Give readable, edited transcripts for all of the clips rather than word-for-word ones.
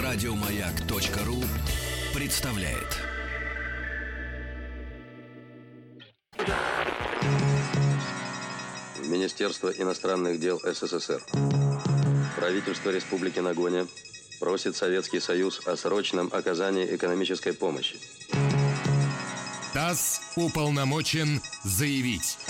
Радиомаяк.ру представляет. Министерство иностранных дел СССР. Правительство Республики Нагоня просит Советский Союз о срочном оказании экономической помощи. ТАСС уполномочен заявить.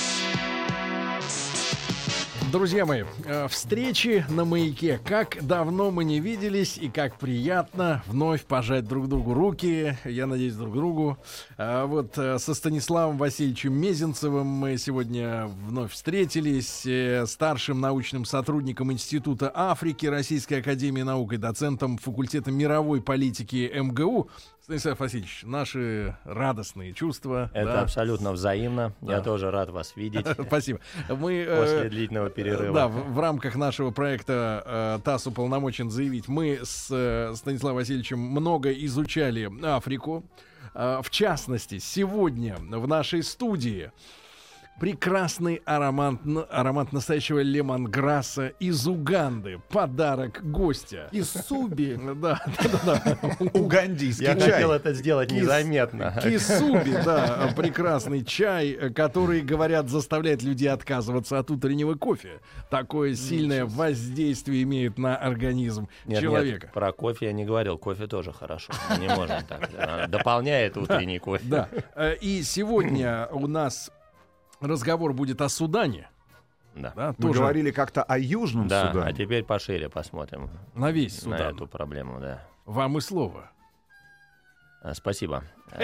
Друзья мои, встречи на Маяке. Как давно мы не виделись, и как приятно вновь пожать друг другу руки. Я надеюсь, друг другу. Вот со Станиславом Васильевичем Мезенцевым мы сегодня вновь встретились. Старшим научным сотрудником Института Африки Российской академии наук и доцентом факультета мировой политики МГУ. Станислав Васильевич, наши радостные чувства. Это абсолютно взаимно. Да. Я тоже рад вас видеть. Спасибо. Мы после длительного перерыва. Да, в рамках нашего проекта ТАСС уполномочен заявить, мы с Станиславом Васильевичем много изучали Африку. В частности, сегодня в нашей студии прекрасный аромат настоящего лемонграсса из Уганды. Подарок гостя. Из Суби. Да. Угандийский чай. Я хотел это сделать незаметно. Кисуби, да, прекрасный чай, который, говорят, заставляет людей отказываться от утреннего кофе. Такое сильное воздействие имеет на организм человека. Нет, про кофе я не говорил. Кофе тоже хорошо. Мы не можем так. Дополняет утренний кофе. Да. И сегодня у нас разговор будет о Судане. Да. Мы тоже говорили как-то о Южном да, Судане. а теперь пошире посмотрим на весь Судан. На эту проблему, да. Вам и слово. Спасибо.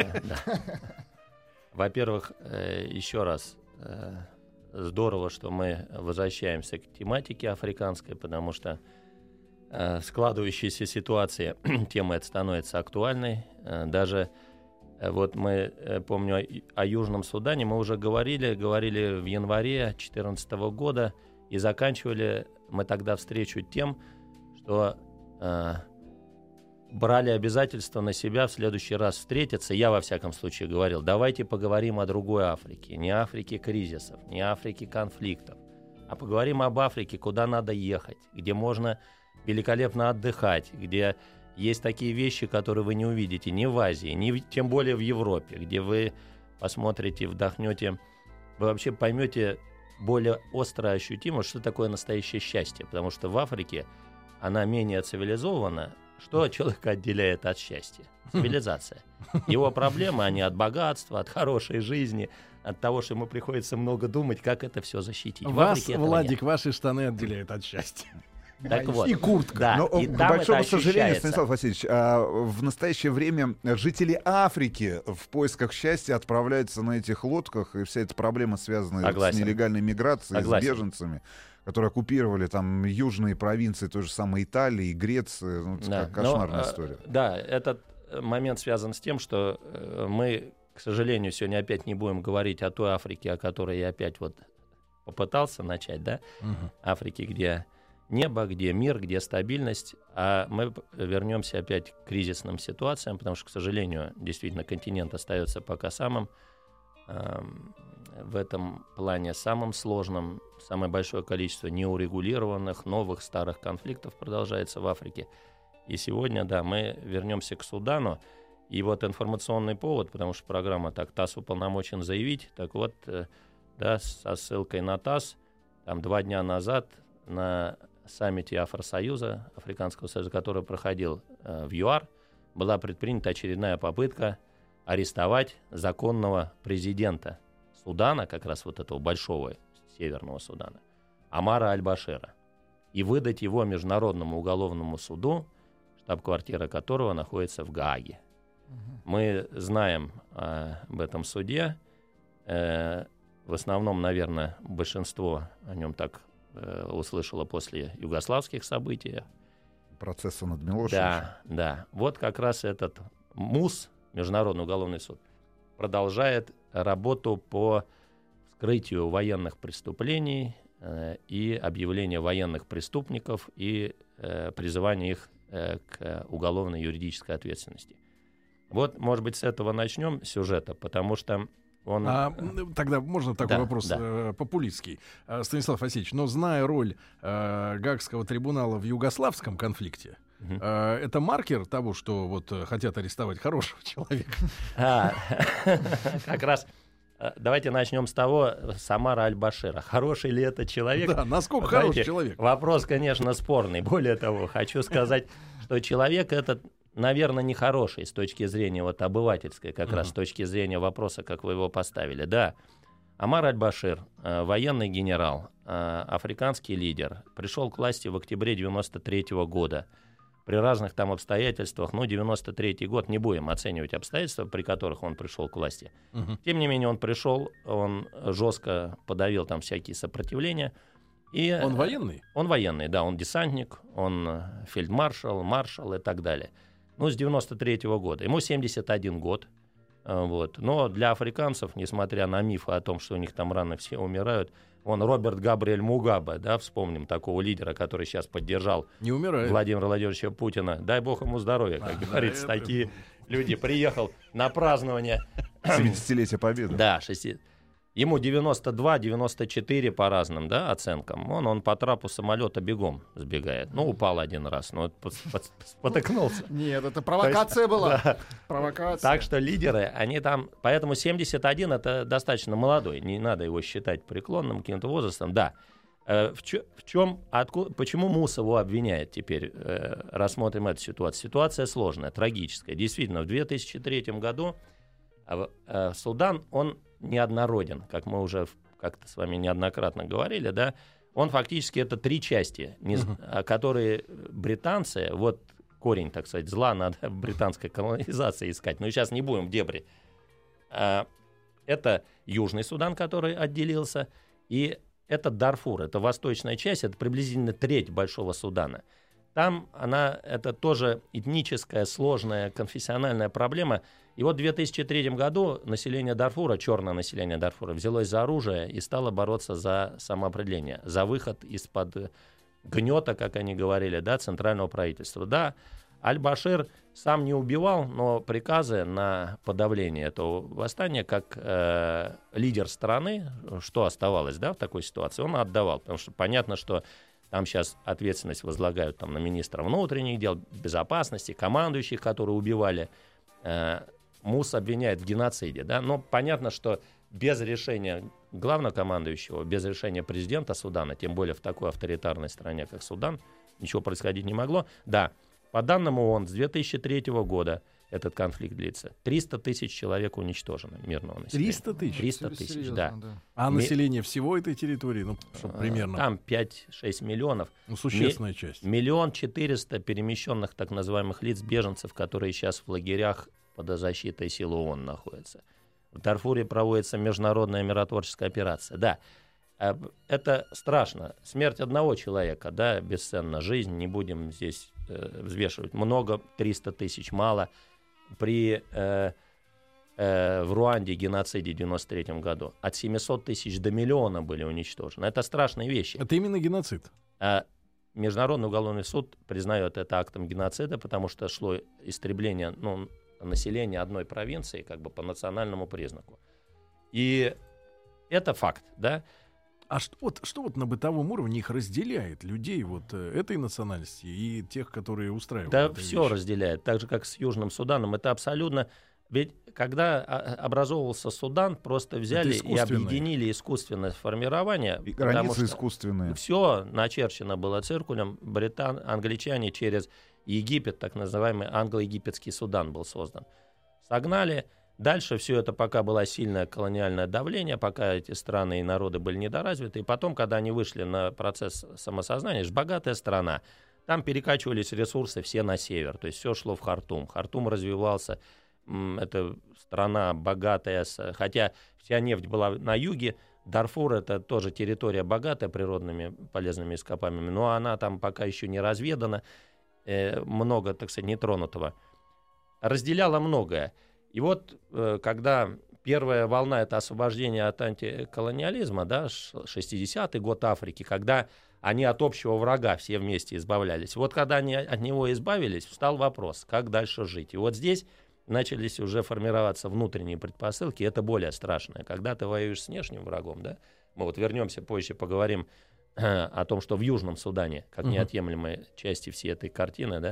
Во-первых, еще раз здорово, что мы возвращаемся к тематике африканской, потому что складывающаяся ситуация, тема эта становится актуальной. Даже вот мы, помню, о Южном Судане мы уже говорили в январе 2014 года, и заканчивали мы тогда встречу тем, что брали обязательство на себя в следующий раз встретиться. Я, во всяком случае, говорил, давайте поговорим о другой Африке, не Африке кризисов, не Африке конфликтов, а поговорим об Африке, куда надо ехать, где можно великолепно отдыхать, где есть такие вещи, которые вы не увидите ни в Азии, ни тем более в Европе, где вы посмотрите, вдохнете, вы вообще поймете более остро ощутимо, что такое настоящее счастье. Потому что в Африке она менее цивилизована. Что человека отделяет от счастья? Цивилизация. Его проблемы, они от богатства, от хорошей жизни, от того, что ему приходится много думать, как это все защитить. Вас, Владик, ваши штаны отделяют от счастья. Так вот, и куртка. Да, но, и к там большому это сожалению, ощущается. Станислав Васильевич, в настоящее время жители Африки в поисках счастья отправляются на этих лодках, и вся эта проблема, связанная с нелегальной миграцией, с беженцами, которые оккупировали там южные провинции той же самой Италии, Греции. Ну, Да, кошмарная история. Да, этот момент связан с тем, что мы, к сожалению, сегодня опять не будем говорить о той Африке, о которой я опять вот попытался начать, да? Африке, где небо, где мир, где стабильность, а мы вернемся опять к кризисным ситуациям, потому что, к сожалению, действительно континент остается пока самым в этом плане самым сложным, самое большое количество неурегулированных, новых, старых конфликтов продолжается в Африке. И сегодня, да, мы вернемся к Судану, и вот информационный повод, потому что программа так ТАСС уполномочен заявить, так вот, да, со ссылкой на ТАСС, там 2 дня назад на саммите Афросоюза, Африканского союза, который проходил в ЮАР, была предпринята очередная попытка арестовать законного президента Судана, как раз вот этого большого северного Судана, Омара Аль-Башира, и выдать его Международному уголовному суду, штаб-квартира которого находится в Гааге. Мы знаем об этом суде. В основном, наверное, большинство о нем так услышала после югославских событий. Процесса над Милошевичем. Да. Вот как раз этот МУС, Международный уголовный суд, продолжает работу по вскрытию военных преступлений и объявлению военных преступников и призыванию их к уголовной юридической ответственности. Вот, может быть, с этого начнем сюжета, потому что он... Тогда можно такой вопрос популистский. Станислав Васильевич, но зная роль Гаагского трибунала в югославском конфликте, это маркер того, что вот хотят арестовать хорошего человека? Как раз давайте начнем с того, Самара Аль-Башира. Хороший ли это человек? Да, насколько хороший человек? Вопрос, конечно, спорный. Более того, хочу сказать, что человек этот, наверное, нехороший с точки зрения вот обывательской, как раз с точки зрения вопроса, как вы его поставили. Да, Омар Аль-Башир, военный генерал, африканский лидер, пришел к власти в октябре 1993 года. При разных там обстоятельствах, 93-й год, не будем оценивать обстоятельства, при которых он пришел к власти. Тем не менее, он пришел, он жестко подавил там всякие сопротивления. И он военный? Он военный, да, он десантник, он фельдмаршал, маршал и так далее. С 93-го года. Ему 71 год. Вот. Но для африканцев, несмотря на мифы о том, что у них там рано все умирают, Роберт Габриэль Мугабе, да, вспомним такого лидера, который сейчас поддержал Владимира Владимировича Путина. Дай бог ему здоровья, как говорится, такие люди. Приехал на празднование 70-летия Победы. Да, ему 92-94 по разным, да, оценкам. Он по трапу самолета бегом сбегает. Упал один раз, спотыкнулся. Нет, это провокация была. Провокация. Так что лидеры, они там... Поэтому 71 — это достаточно молодой. Не надо его считать преклонным каким-то возрастом. Да. Почему МУС его обвиняет теперь? Рассмотрим эту ситуацию. Ситуация сложная, трагическая. Действительно, в 2003 году Судан, он неоднороден, как мы уже как-то с вами неоднократно говорили, да, он фактически это три части, которые британцы, вот корень, так сказать, зла надо в британской колонизации искать, но сейчас не будем в дебри. Это Южный Судан, который отделился, и это Дарфур, это восточная часть, это приблизительно треть Большого Судана. Там это тоже этническая, сложная, конфессиональная проблема. И вот в 2003 году население Дарфура, черное население Дарфура, взялось за оружие и стало бороться за самоопределение, за выход из-под гнета, как они говорили, да, центрального правительства. Да, Аль-Башир сам не убивал, но приказы на подавление этого восстания, как лидер страны, что оставалось, да, в такой ситуации, он отдавал. Потому что понятно, что там сейчас ответственность возлагают на министра внутренних дел, безопасности, командующих, которые убивали. МУС обвиняет в геноциде. Да? Но понятно, что без решения главнокомандующего, без решения президента Судана, тем более в такой авторитарной стране, как Судан, ничего происходить не могло. Да, по данным ООН, с 2003 года этот конфликт длится. 300 тысяч человек уничтожено, мирного населения. 300 тысяч? 300 тысяч, да. А население всего этой территории, примерно? Там 5-6 миллионов. Существенная часть. 1 400 000 перемещенных так называемых лиц, беженцев, которые сейчас в лагерях под защитой сил ООН находятся. В Дарфуре проводится международная миротворческая операция. Да, это страшно. Смерть одного человека, да, бесценна. Жизнь, не будем здесь взвешивать. Много, 300 тысяч, мало. В Руанде геноциде в 1993 году от 700 тысяч до миллиона были уничтожены. Это страшные вещи. Это именно геноцид? Международный уголовный суд признает это актом геноцида, потому что шло истребление населения одной провинции как бы по национальному признаку. И это факт, да? А что вот на бытовом уровне их разделяет, людей вот этой национальности и тех, которые устраивают? Да, все разделяет, так же, как с Южным Суданом. Это абсолютно... Ведь когда образовывался Судан, просто взяли и объединили искусственное формирование. Границы искусственные. Все начерчено было циркулем. Англичане через Египет, так называемый англо-египетский Судан был создан. Согнали. Дальше все это пока было сильное колониальное давление, пока эти страны и народы были недоразвиты. И потом, когда они вышли на процесс самосознания, это же богатая страна, там перекачивались ресурсы все на север. То есть все шло в Хартум. Хартум развивался. Это страна богатая, хотя вся нефть была на юге. Дарфур — это тоже территория богатая природными полезными ископаемыми, но она там пока еще не разведана. Много, так сказать, нетронутого. Разделяло многое. И вот, когда первая волна — это освобождение от антиколониализма, да, 60-й год Африки, когда они от общего врага все вместе избавлялись. Вот когда они от него избавились, встал вопрос, как дальше жить. И вот здесь начались уже формироваться внутренние предпосылки, это более страшное. Когда ты воюешь с внешним врагом, да, мы вот вернемся позже, поговорим о том, что в Южном Судане, как неотъемлемой части всей этой картины, да,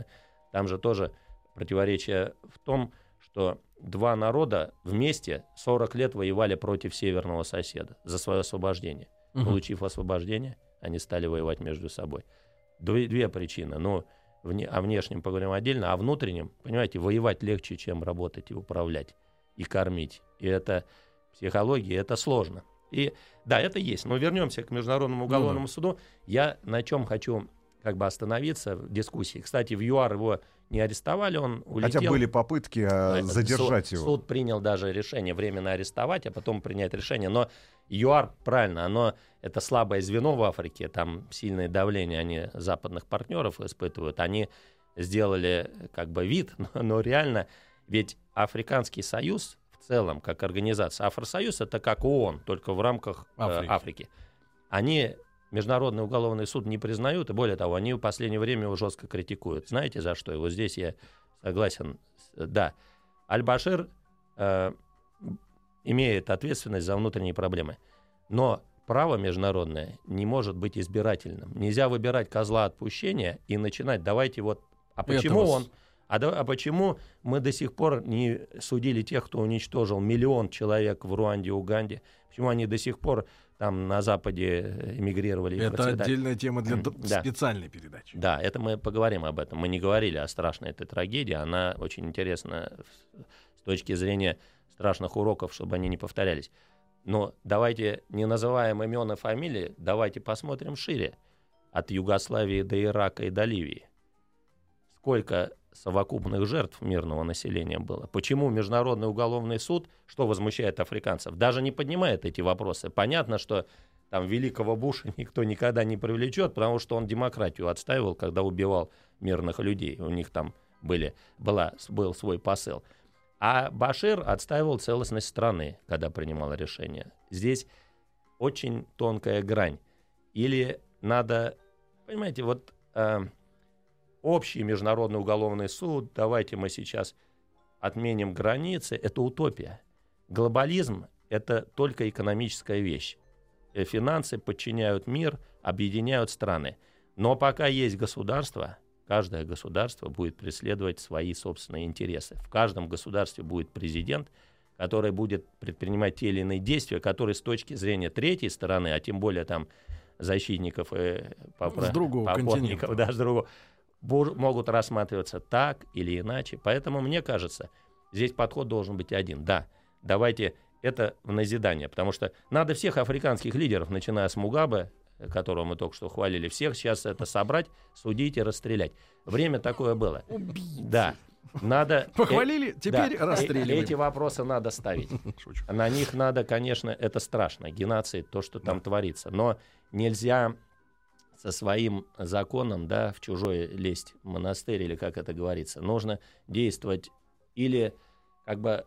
Там же тоже противоречие в том, что два народа вместе 40 лет воевали против северного соседа за свое освобождение. Получив освобождение, они стали воевать между собой. Две причины. Ну, о внешнем поговорим отдельно, а о внутреннем, понимаете, воевать легче, чем работать и управлять, и кормить. И это психология, это сложно. И да, это есть. Но вернемся к Международному уголовному суду. Я на чем хочу как бы остановиться в дискуссии. Кстати, в ЮАР его не арестовали, он улетел. Хотя были попытки задержать его. Суд принял даже решение временно арестовать, а потом принять решение. Но ЮАР, правильно, это слабое звено в Африке, там сильное давление, они западных партнеров испытывают. Они сделали как бы вид, но реально, ведь Африканский союз в целом, как организация, Афросоюз, это как ООН, только в рамках Африки. Они Международный уголовный суд не признают, и более того, они в последнее время его жестко критикуют. Знаете, за что? И вот здесь я согласен. Да, Аль-Башир имеет ответственность за внутренние проблемы. Но право международное не может быть избирательным. Нельзя выбирать козла отпущения и начинать, давайте вот... А почему он... А почему мы до сих пор не судили тех, кто уничтожил 1 миллион человек в Руанде, Уганде? Почему они до сих пор там на Западе эмигрировали? Это отдельная тема для специальной передачи. Да, это мы поговорим об этом. Мы не говорили о страшной этой трагедии. Она очень интересна с точки зрения страшных уроков, чтобы они не повторялись. Но давайте, не называем имен и фамилии, давайте посмотрим шире. От Югославии до Ирака и до Ливии. Сколько совокупных жертв мирного населения было? Почему Международный уголовный суд, что возмущает африканцев, даже не поднимает эти вопросы? Понятно, что там великого Буша никто никогда не привлечет, потому что он демократию отстаивал, когда убивал мирных людей. У них там был свой посыл. А Башир отстаивал целостность страны, когда принимал решение. Здесь очень тонкая грань. Или надо, понимаете, вот... Общий Международный уголовный суд, давайте мы сейчас отменим границы, это утопия. Глобализм — это только экономическая вещь. Финансы подчиняют мир, объединяют страны. Но пока есть государство, каждое государство будет преследовать свои собственные интересы. В каждом государстве будет президент, который будет предпринимать те или иные действия, которые с точки зрения третьей стороны, а тем более там защитников и попорников, с другого, могут рассматриваться так или иначе. Поэтому, мне кажется, здесь подход должен быть один. Да, давайте это в назидание, потому что надо всех африканских лидеров, начиная с Мугабе, которого мы только что хвалили, всех сейчас это собрать, судить и расстрелять. Время такое было. Убийцы. Да. Надо... Похвалили, теперь расстреливаем. Эти вопросы надо ставить. На них надо, конечно, это страшно, геноцид, то, что там творится. Но нельзя... со своим законом, да, в чужой лезть в монастырь, или как это говорится. Нужно действовать или как бы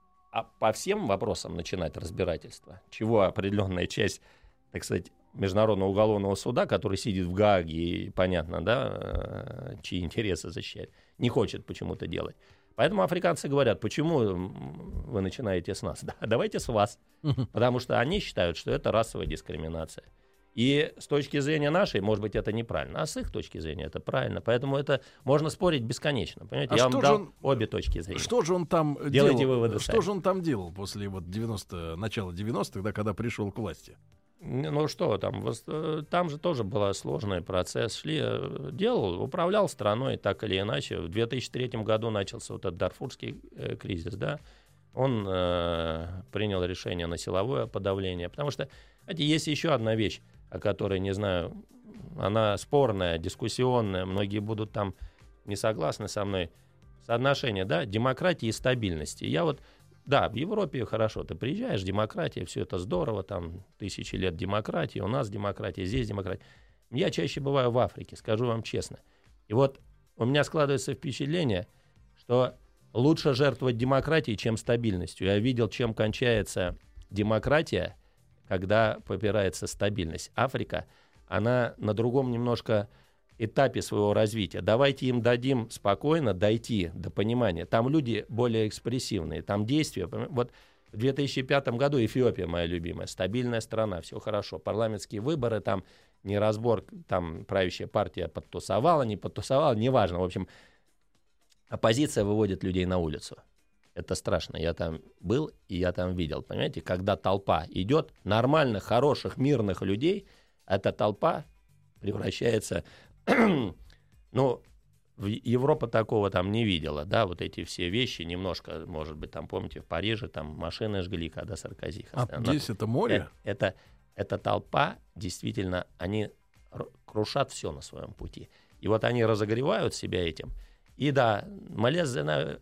по всем вопросам начинать разбирательство, чего определенная часть, так сказать, Международного уголовного суда, который сидит в Гааге и, понятно, да, чьи интересы защищает, не хочет почему-то делать. Поэтому африканцы говорят, почему вы начинаете с нас? Да, давайте с вас. Потому что они считают, что это расовая дискриминация. И с точки зрения нашей, может быть, это неправильно, а с их точки зрения это правильно. Поэтому это можно спорить бесконечно. Понимаете? Я вам дал обе точки зрения. Что же он там делал? Выводы что же он там делал после вот начала 90-х, да, когда пришел к власти? Ну что, там же тоже был сложный процесс. Управлял страной так или иначе. В 2003 году начался вот этот дарфурский кризис, да. Он принял решение на силовое подавление. Потому что, знаете, есть еще одна вещь, о которой, не знаю, она спорная, дискуссионная, многие будут там не согласны со мной. Соотношение, да, демократии и стабильности. Да, в Европе хорошо, ты приезжаешь, демократия, все это здорово, там 1000 лет демократии, у нас демократия, здесь демократия. Я чаще бываю в Африке, скажу вам честно. И вот у меня складывается впечатление, что лучше жертвовать демократией, чем стабильностью. Я видел, чем кончается демократия, когда попирается стабильность. Африка, она на другом немножко этапе своего развития. Давайте им дадим спокойно дойти до понимания. Там люди более экспрессивные, там действия. Вот в 2005 году Эфиопия, моя любимая, стабильная страна, все хорошо. Парламентские выборы, там неразбор, там правящая партия подтусовала, не подтусовала, неважно. В общем, оппозиция выводит людей на улицу. Это страшно. Я там был, и я там видел. Понимаете, когда толпа идет, нормальных, хороших, мирных людей, эта толпа превращается... Ну, Европа такого там не видела, да, вот эти все вещи немножко, может быть, там, помните, в Париже там машины жгли, когда Саркози. Здесь это море? Эта толпа, действительно, они крушат все на своем пути. И вот они разогревают себя этим. И да, Малез Зенаве,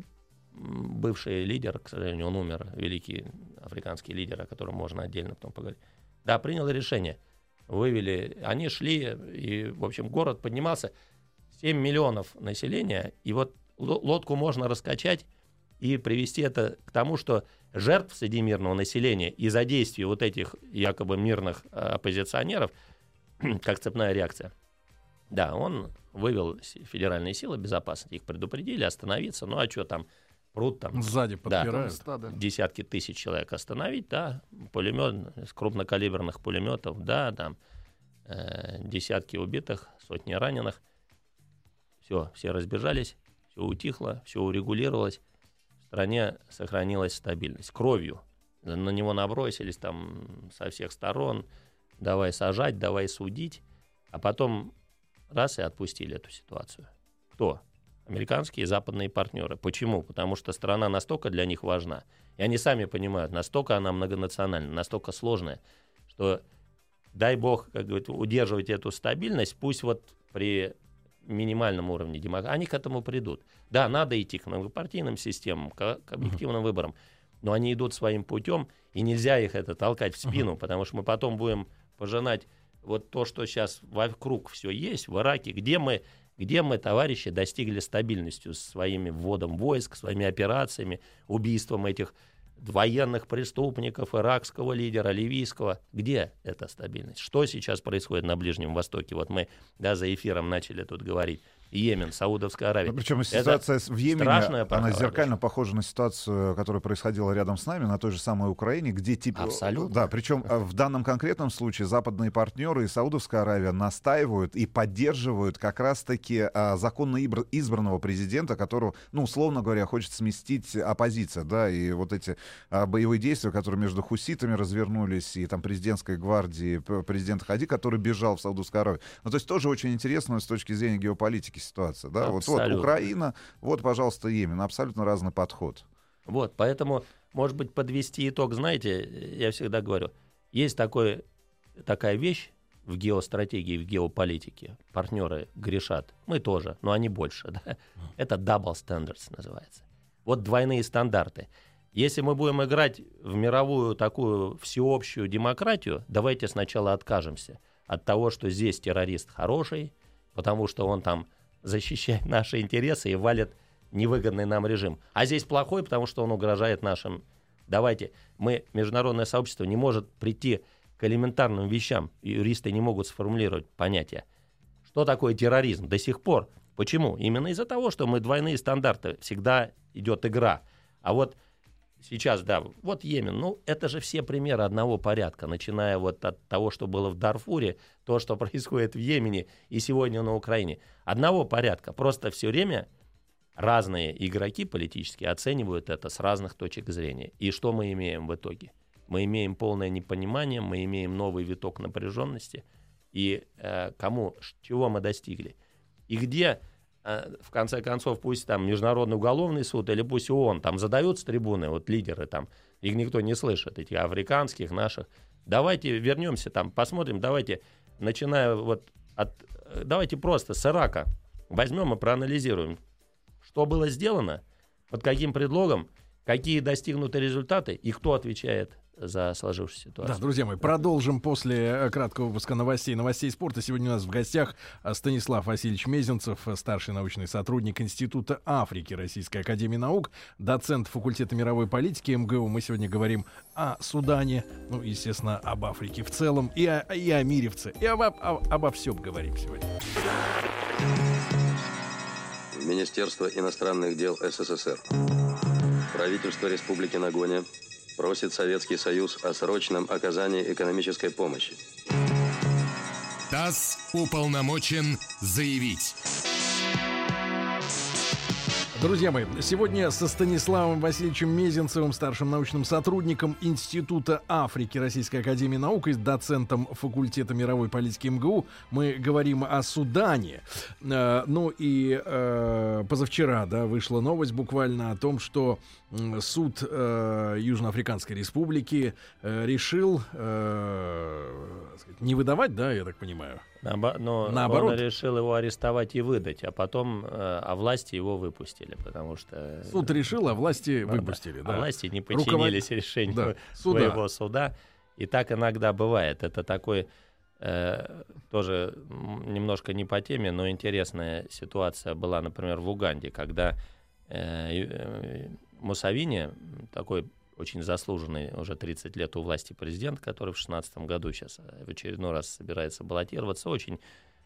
бывший лидер, к сожалению, он умер, великий африканский лидер, о котором можно отдельно потом поговорить, да, принял решение, вывели, они шли, и, в общем, город поднимался, 7 миллионов населения, и вот лодку можно раскачать и привести это к тому, что жертв среди мирного населения из-за действий вот этих якобы мирных оппозиционеров, как цепная реакция, да, он вывел федеральные силы безопасности, их предупредили остановиться, ну а что там, пруд там... Сзади подпирают. Да, десятки тысяч человек остановить, да, пулемет, с крупнокалиберных пулеметов, да, там десятки убитых, сотни раненых. Все разбежались, все утихло, все урегулировалось, в стране сохранилась стабильность. Кровью на него набросились там со всех сторон, давай сажать, давай судить, а потом раз и отпустили эту ситуацию. Кто? Американские и западные партнеры. Почему? Потому что страна настолько для них важна, и они сами понимают, настолько она многонациональна, настолько сложная, что дай бог, как говорят, удерживать эту стабильность, пусть вот при минимальном уровне демократии, они к этому придут. Да, надо идти к многопартийным системам, к объективным выборам, но они идут своим путем, и нельзя их это толкать в спину, потому что мы потом будем пожинать вот то, что сейчас вокруг все есть, в Ираке, где мы, товарищи, достигли стабильностью своими вводом войск, своими операциями, убийством этих военных преступников, иракского лидера, ливийского. Где эта стабильность? Что сейчас происходит на Ближнем Востоке? Вот мы, да, за эфиром начали тут говорить. Йемен, Саудовская Аравия. Причем ситуация в Йемене, она зеркально похожа на ситуацию, которая происходила рядом с нами, на той же самой Украине, где типа... Абсолютно. Да, причем в данном конкретном случае западные партнеры и Саудовская Аравия настаивают и поддерживают как раз-таки законно избранного президента, которого, ну, условно говоря, хочет сместить оппозиция, да, и вот эти боевые действия, которые между хуситами развернулись, и там президентской гвардии президента Хади, который бежал в Саудовскую Аравию. Ну, то есть тоже очень интересно с точки зрения геополитики ситуация, да? Вот Украина, вот, пожалуйста, Йемен. Абсолютно разный подход. Вот, поэтому, может быть, подвести итог, знаете, я всегда говорю, есть такая вещь в геостратегии, в геополитике. Партнеры грешат, мы тоже, но они больше, да? Это double standards называется. Вот двойные стандарты. Если мы будем играть в мировую такую всеобщую демократию, давайте сначала откажемся от того, что здесь террорист хороший, потому что он там защищает наши интересы и валит невыгодный нам режим. А здесь плохой, потому что он угрожает нашим. Давайте, международное сообщество не может прийти к элементарным вещам. Юристы не могут сформулировать понятие. Что такое терроризм? До сих пор. Почему? Именно из-за того, что мы двойные стандарты. Всегда идет игра. А вот сейчас, да, вот Йемен, ну, это же все примеры одного порядка, начиная вот от того, что было в Дарфуре, то, что происходит в Йемене и сегодня на Украине. Одного порядка. Просто все время разные игроки политические оценивают это с разных точек зрения. И что мы имеем в итоге? Мы имеем полное непонимание, мы имеем новый виток напряженности. И чего мы достигли? И где... в конце концов, пусть там Международный уголовный суд или пусть ООН там задают с трибуны, вот лидеры там, их никто не слышит, этих африканских, наших. Давайте вернемся там, посмотрим, давайте, начиная вот давайте просто с Ирака возьмем и проанализируем, что было сделано, под каким предлогом, какие достигнуты результаты и кто отвечает за сложившуюся ситуацию. Да, друзья мои, продолжим после краткого выпуска новостей спорта. Сегодня у нас в гостях Станислав Васильевич Мезенцев, старший научный сотрудник Института Африки Российской академии наук, доцент факультета мировой политики МГУ. Мы сегодня говорим о Судане, ну, естественно, об Африке в целом, и о мире в целом, и обо всем говорим сегодня. Министерство иностранных дел СССР. Правительство Республики Нагоня просит Советский Союз о срочном оказании экономической помощи. ТАСС уполномочен заявить. Друзья мои, сегодня со Станиславом Васильевичем Мезенцевым, старшим научным сотрудником Института Африки Российской академии наук и доцентом факультета мировой политики МГУ, мы говорим о Судане. Ну и позавчера, да, вышла новость буквально о том, что суд Южноафриканской Республики решил не выдавать, да, я так понимаю. Наоборот. Он решил его арестовать и выдать, а потом власти его выпустили, потому что... Суд решил, а власти выпустили. Да. А власти не подчинились решению своего суда. И так иногда бывает. Это такой тоже немножко не по теме, но интересная ситуация была, например, в Уганде, когда Мусавини, такой очень заслуженный, уже 30 лет у власти президент, который в 2016 году сейчас в очередной раз собирается баллотироваться, очень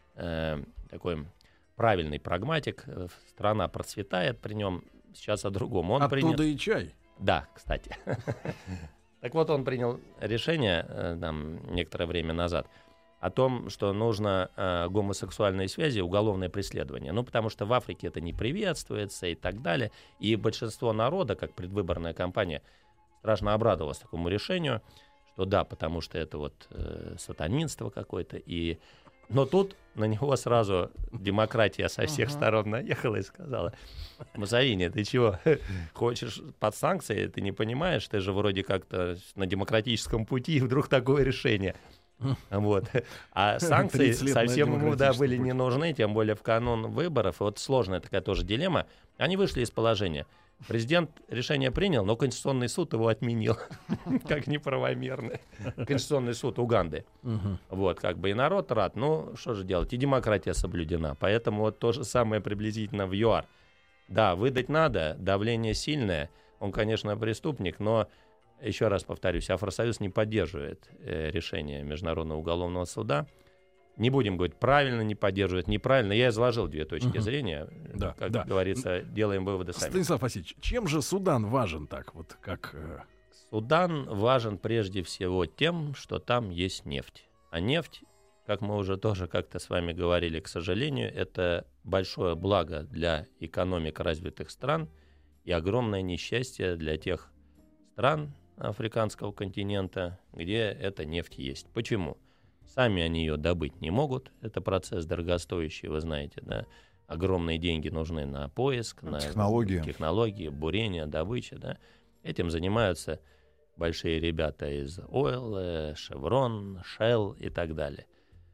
такой правильный прагматик, страна процветает при нем, сейчас о другом. Оттуда и чай. Да, кстати. Так вот, он принял решение некоторое время назад о том, что нужно гомосексуальные связи, уголовное преследование. Ну, потому что в Африке это не приветствуется и так далее. И большинство народа, как предвыборная кампания, страшно обрадовалось такому решению, что да, потому что это вот сатанинство какое-то. Но тут на него сразу демократия со всех сторон наехала и сказала: Мусавини, ты чего, хочешь под санкции? Ты не понимаешь, ты же вроде как-то на демократическом пути, и вдруг такое решение. Вот. А санкции совсем ему были не нужны, тем более в канун выборов. И вот сложная такая тоже дилемма. Они вышли из положения. Президент решение принял, но Конституционный суд его отменил, как неправомерно. Конституционный суд Уганды. Вот, как бы и народ рад. Ну, что же делать? И демократия соблюдена. Поэтому вот то же самое приблизительно в ЮАР. Да, выдать надо, давление сильное. Он, конечно, преступник, но, еще раз повторюсь, Афросоюз не поддерживает решение Международного уголовного суда. Не будем говорить, правильно не поддерживает, неправильно. Я изложил две точки зрения. Да, как говорится, делаем выводы сами. Станислав Васильевич, чем же Судан важен так? Вот как... Судан важен прежде всего тем, что там есть нефть. А нефть, как мы уже тоже как-то с вами говорили, к сожалению, это большое благо для экономик развитых стран и огромное несчастье для тех стран африканского континента, где эта нефть есть. Почему? Сами они ее добыть не могут. Это процесс дорогостоящий, вы знаете, да. Огромные деньги нужны на поиск, на технологии, бурение, добыча, да. Этим занимаются большие ребята из Oil, Chevron, Shell и так далее.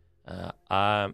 А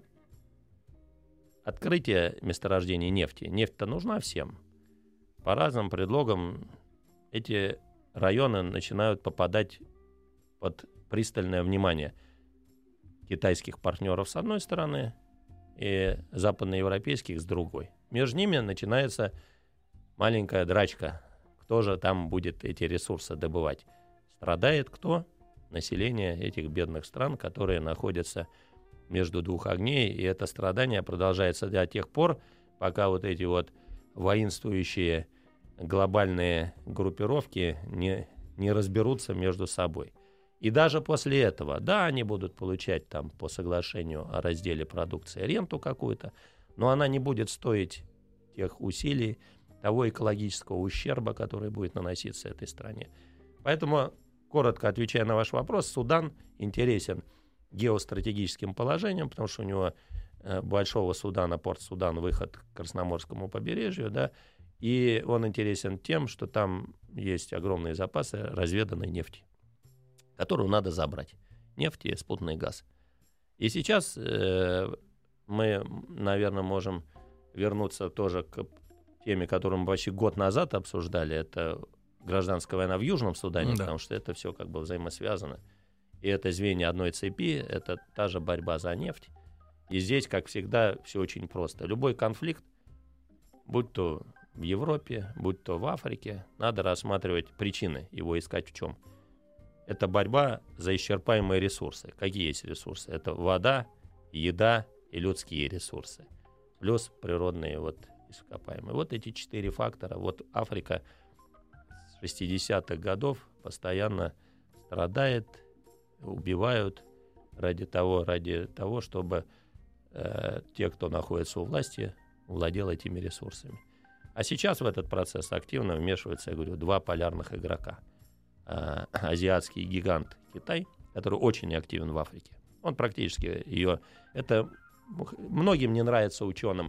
открытие месторождений нефти, нефть-то нужна всем. По разным предлогам эти районы начинают попадать под пристальное внимание китайских партнеров с одной стороны и западноевропейских с другой. Между ними начинается маленькая драчка. Кто же там будет эти ресурсы добывать? Страдает кто? Население этих бедных стран, которые находятся между двух огней. И это страдание продолжается до тех пор, пока вот эти вот воинствующие глобальные группировки не разберутся между собой. И даже после этого, да, они будут получать там по соглашению о разделе продукции ренту какую-то, но она не будет стоить тех усилий, того экологического ущерба, который будет наноситься этой стране. Поэтому, коротко отвечая на ваш вопрос, Судан интересен геостратегическим положением, потому что у него Большого Судана, порт Судан, выход к Красноморскому побережью, да, и он интересен тем, что там есть огромные запасы разведанной нефти, которую надо забрать. Нефть и спутанный газ. И сейчас мы, наверное, можем вернуться тоже к теме, которую мы почти год назад обсуждали. Это гражданская война в Южном Судане, потому что это все как бы взаимосвязано. И это звенья одной цепи, это та же борьба за нефть. И здесь, как всегда, все очень просто. Любой конфликт, будь то в Европе, будь то в Африке, надо рассматривать причины, его искать в чем. Это борьба за исчерпаемые ресурсы. Какие есть ресурсы? Это вода, еда и людские ресурсы. Плюс природные вот ископаемые. Вот эти 4 фактора. Вот Африка с 60-х годов постоянно страдает, убивают ради того, чтобы те, кто находится у власти, владел этими ресурсами. А сейчас в этот процесс активно вмешиваются, я говорю, два полярных игрока. Азиатский гигант Китай, который очень активен в Африке. Он практически ее... Это многим не нравится ученым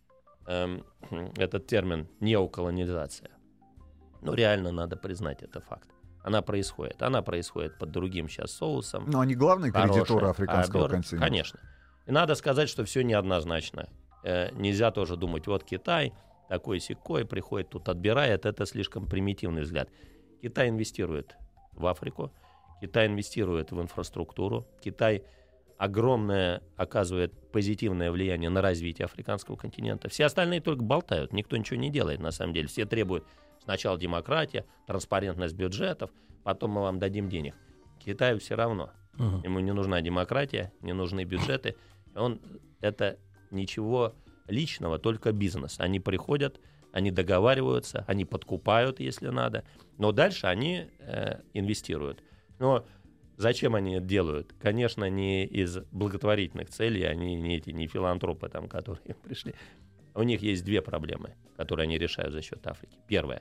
этот термин неоколонизация. Но реально надо признать, это факт. Она происходит. Она происходит под другим сейчас соусом. Но они главные кредиторы африканского континента. Конечно. И надо сказать, что все неоднозначно. Нельзя тоже думать, вот Китай такой-сякой приходит, тут отбирает. Это слишком примитивный взгляд. Китай инвестирует в Африку. Китай инвестирует в инфраструктуру. Китай огромное оказывает позитивное влияние на развитие африканского континента. Все остальные только болтают. Никто ничего не делает, на самом деле. Все требуют сначала демократия, транспарентность бюджетов, потом мы вам дадим денег. Китаю все равно. Ему не нужна демократия, не нужны бюджеты. Это ничего личного, только бизнес. Они приходят, они договариваются, они подкупают, если надо. Но дальше они инвестируют. Но зачем они это делают? Конечно, не из благотворительных целей, они не филантропы, там, которые пришли. У них есть две проблемы, которые они решают за счет Африки. Первое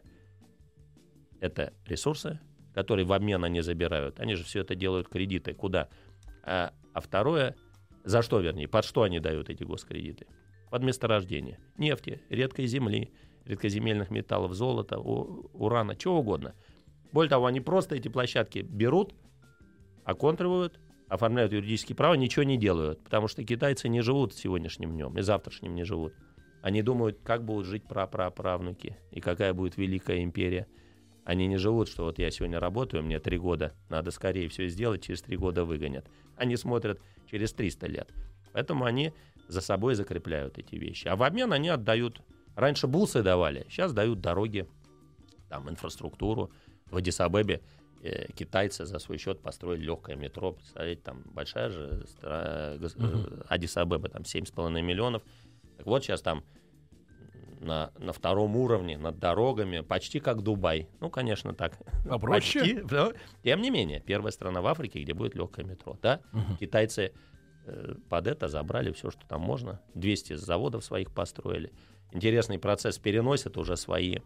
— это ресурсы, которые в обмен они забирают. Они же все это делают, кредиты. Куда? А второе, за что, вернее, под что они дают эти госкредиты? Под месторождение нефти, редкой земли, редкоземельных металлов, золота, урана, чего угодно. Более того, они просто эти площадки берут, оконтривают, оформляют юридические права, ничего не делают, потому что китайцы не живут сегодняшним днем и завтрашним не живут. Они думают, как будут жить праправнуки и какая будет великая империя. Они не живут, что вот я сегодня работаю, мне 3 года, надо скорее все сделать, через 3 года выгонят. Они смотрят через 300 лет. Поэтому они за собой закрепляют эти вещи. А в обмен они отдают. Раньше бусы давали, сейчас дают дороги, там, инфраструктуру. В Аддис-Абебе китайцы за свой счет построили легкое метро. Представляете, там большая же Аддис-Абеба, там 7,5 миллионов. Так вот, сейчас там на втором уровне, над дорогами, почти как Дубай. Ну, конечно, так. А проще? Почти, но, тем не менее, первая страна в Африке, где будет легкое метро. Да? Китайцы под это забрали все, что там можно. 200 заводов своих построили. Интересный процесс, переносят уже свои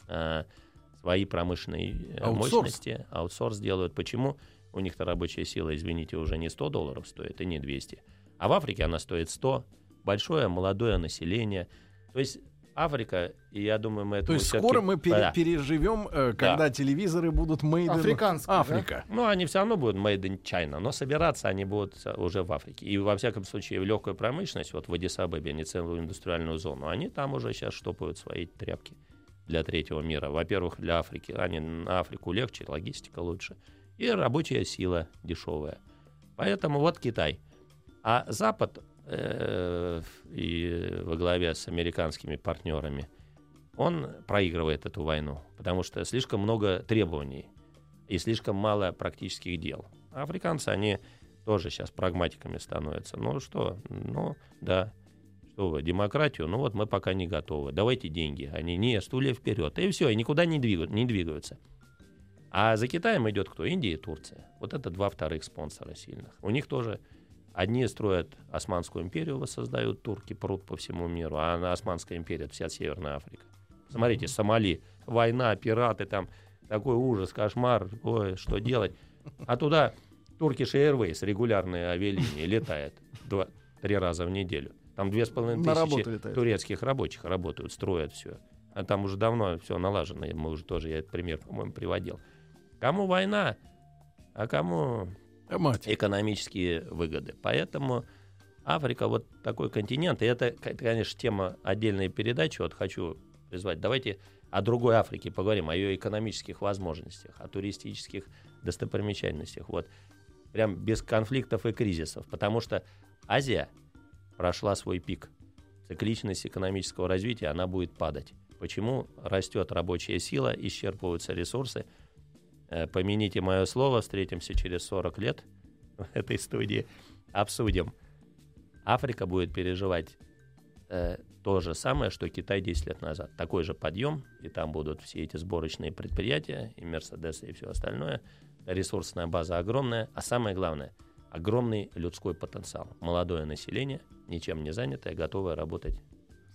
промышленные мощности. Аутсорс делают. Почему? У них-то рабочая сила, извините, уже не $100 стоит и не 200. А в Африке она стоит 100. Большое молодое население. То есть Африка, и я думаю, мы это... То есть скоро мы переживем, когда телевизоры будут made in Африка. Да? Ну, они все равно будут made in China, но собираться они будут уже в Африке. И, во всяком случае, в легкую промышленность, вот в Аддис-Абебе, они целую индустриальную зону, они там уже сейчас штопают свои тряпки для третьего мира. Во-первых, для Африки, они на Африку легче, логистика лучше. И рабочая сила дешевая. Поэтому вот Китай. А Запад... и во главе с американскими партнерами, он проигрывает эту войну, потому что слишком много требований и слишком мало практических дел. А африканцы, они тоже сейчас прагматиками становятся. Ну что, ну да, что вы, демократию, ну вот мы пока не готовы, давайте деньги. Они, не, стулья вперед, и все, и никуда не двигаются. А за Китаем идет кто? Индия и Турция. Вот это 2 вторых спонсора сильных. У них тоже одни строят Османскую империю, воссоздают, турки прут по всему миру, а Османская империя — это вся Северная Африка. Смотрите, Сомали, война, пираты, там такой ужас, кошмар, ой, что делать? А туда Turkish Airways, регулярные авиалинии, летает 2-3 раза в неделю. Там 2500 турецких рабочих работают, строят все. А там уже давно все налажено, мы уже тоже, я этот пример, по-моему, приводил. Кому война, а кому... экономические выгоды. Поэтому Африка вот такой континент. И это, конечно, тема отдельной передачи. Вот хочу призвать. Давайте о другой Африке поговорим, о ее экономических возможностях, о туристических достопримечательностях. Вот прям без конфликтов и кризисов. Потому что Азия прошла свой пик. Цикличность экономического развития, она будет падать. Почему? Растет рабочая сила, исчерпываются ресурсы. Помяните мое слово, встретимся через 40 лет в этой студии, обсудим. Африка будет переживать то же самое, что Китай 10 лет назад. Такой же подъем, и там будут все эти сборочные предприятия, и Мерседесы, и все остальное. Ресурсная база огромная, а самое главное, огромный людской потенциал. Молодое население, ничем не занятое, готовое работать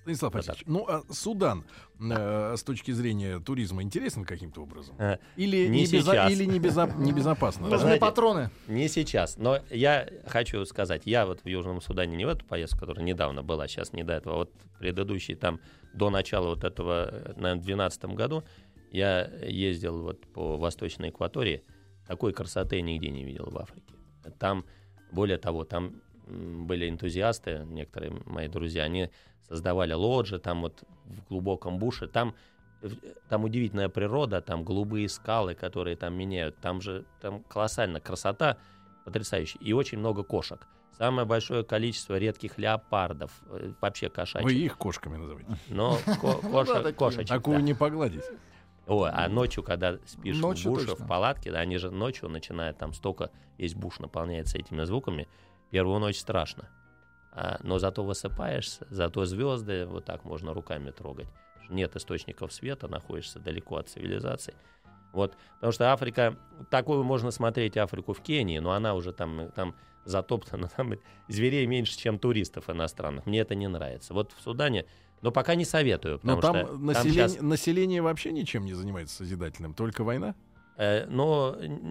Станислав Васильевич, а Судан с точки зрения туризма интересен каким-то образом? Или небезопасно? Нужны патроны. Не сейчас. Но я хочу сказать, я вот в Южном Судане не в эту поездку, которая недавно была, сейчас не до этого, вот предыдущий там, до начала вот этого, наверное, в 2012 году, я ездил вот по Восточной Экватории, такой красоты нигде не видел в Африке. Там, более того, там были энтузиасты, некоторые мои друзья, они создавали лоджи там вот в глубоком буше, там удивительная природа, там голубые скалы, которые там меняют, там колоссальная красота, потрясающая, и очень много кошек. Самое большое количество редких леопардов, вообще кошачьих. Вы их кошками называете? Но кошечек. Такую не погладить. А ночью, когда спишь в буше, в палатке, да, они же ночью начинают, там столько, весь буш наполняется этими звуками, первую ночь страшно. Но зато высыпаешься, зато звезды вот так можно руками трогать. Нет источников света, находишься далеко от цивилизации. Вот, потому что Африка, такую можно смотреть Африку в Кении, но она уже там затоптана, там зверей меньше, чем туристов иностранных. Мне это не нравится. Вот в Судане, но пока не советую. Но там население вообще ничем не занимается созидательным, только война? Но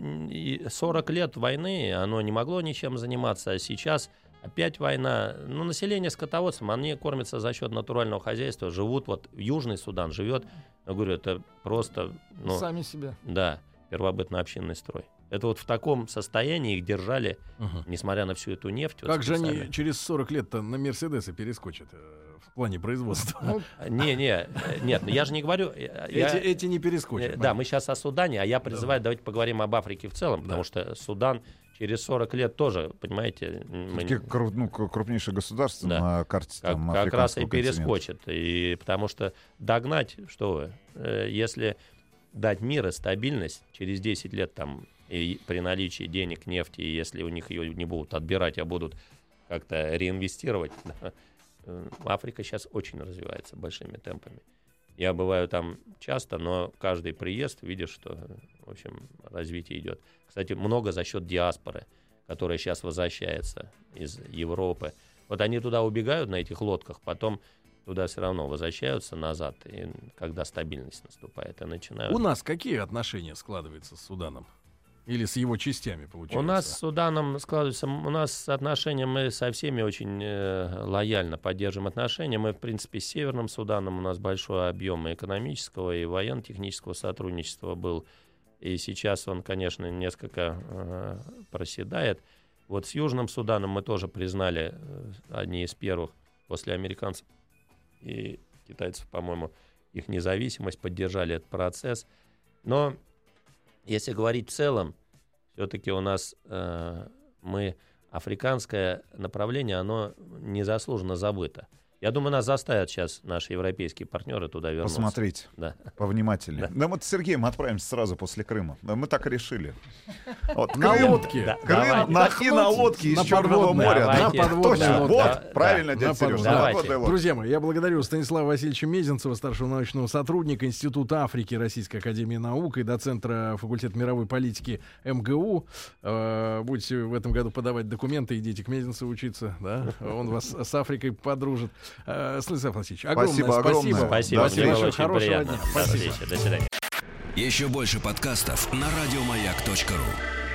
40 лет войны, оно не могло ничем заниматься, а сейчас опять война. Ну, население скотоводством, они кормятся за счет натурального хозяйства, живут, вот Южный Судан живет, я говорю, это просто... Сами себе. Да, первобытно-общинный строй. Это вот в таком состоянии их держали, несмотря на всю эту нефть. Как же они через 40 лет-то на Мерседесы перескочат в плане производства? Нет, я же не говорю... Эти не перескочат. Да, мы сейчас о Судане, а я призываю, давайте поговорим об Африке в целом, потому что Судан через 40 лет тоже, понимаете... Крупнейшее государство на карте африканского как раз и перескочит. И потому что догнать, что вы, если дать мир и стабильность, через 10 лет там, и при наличии денег, нефти, и если у них ее не будут отбирать, а будут как-то реинвестировать, Африка сейчас очень развивается большими темпами. Я бываю там часто, но каждый приезд видишь, что, в общем, развитие идет. Кстати, много за счет диаспоры, которая сейчас возвращается из Европы. Вот они туда убегают на этих лодках, потом туда все равно возвращаются назад, и когда стабильность наступает, и начинают... У нас какие отношения складываются с Суданом? Или с его частями, получается? У нас с Суданом складывается... У нас отношения, мы со всеми очень лояльно поддерживаем отношения. Мы, в принципе, с Северным Суданом у нас большой объем и экономического, и военно-технического сотрудничества был. И сейчас он, конечно, несколько проседает. Вот с Южным Суданом мы тоже признали одни из первых после американцев и китайцев, по-моему, их независимость, поддержали этот процесс. Но если говорить в целом, все-таки у нас африканское направление, оно незаслуженно забыто. Я думаю, нас заставят сейчас наши европейские партнеры туда вернуться. Посмотреть повнимательнее. Да, вот с Сергеем мы отправимся сразу после Крыма. Мы так и решили. Вот, на лодке. Крым на лодке из Черного моря. Точно, вот, правильно, дядя Сережа. Друзья мои, я благодарю Станислава Васильевича Мезенцева, старшего научного сотрудника Института Африки Российской академии наук и доцентра факультета мировой политики МГУ. Будете в этом году подавать документы, идите к Мезенцеву учиться. Да? Он вас с Африкой подружит. Станислав Васильевич, огромное спасибо. Спасибо. Хорошего дня. Спасибо. До свидания. Еще больше подкастов на радиомаяк.ру.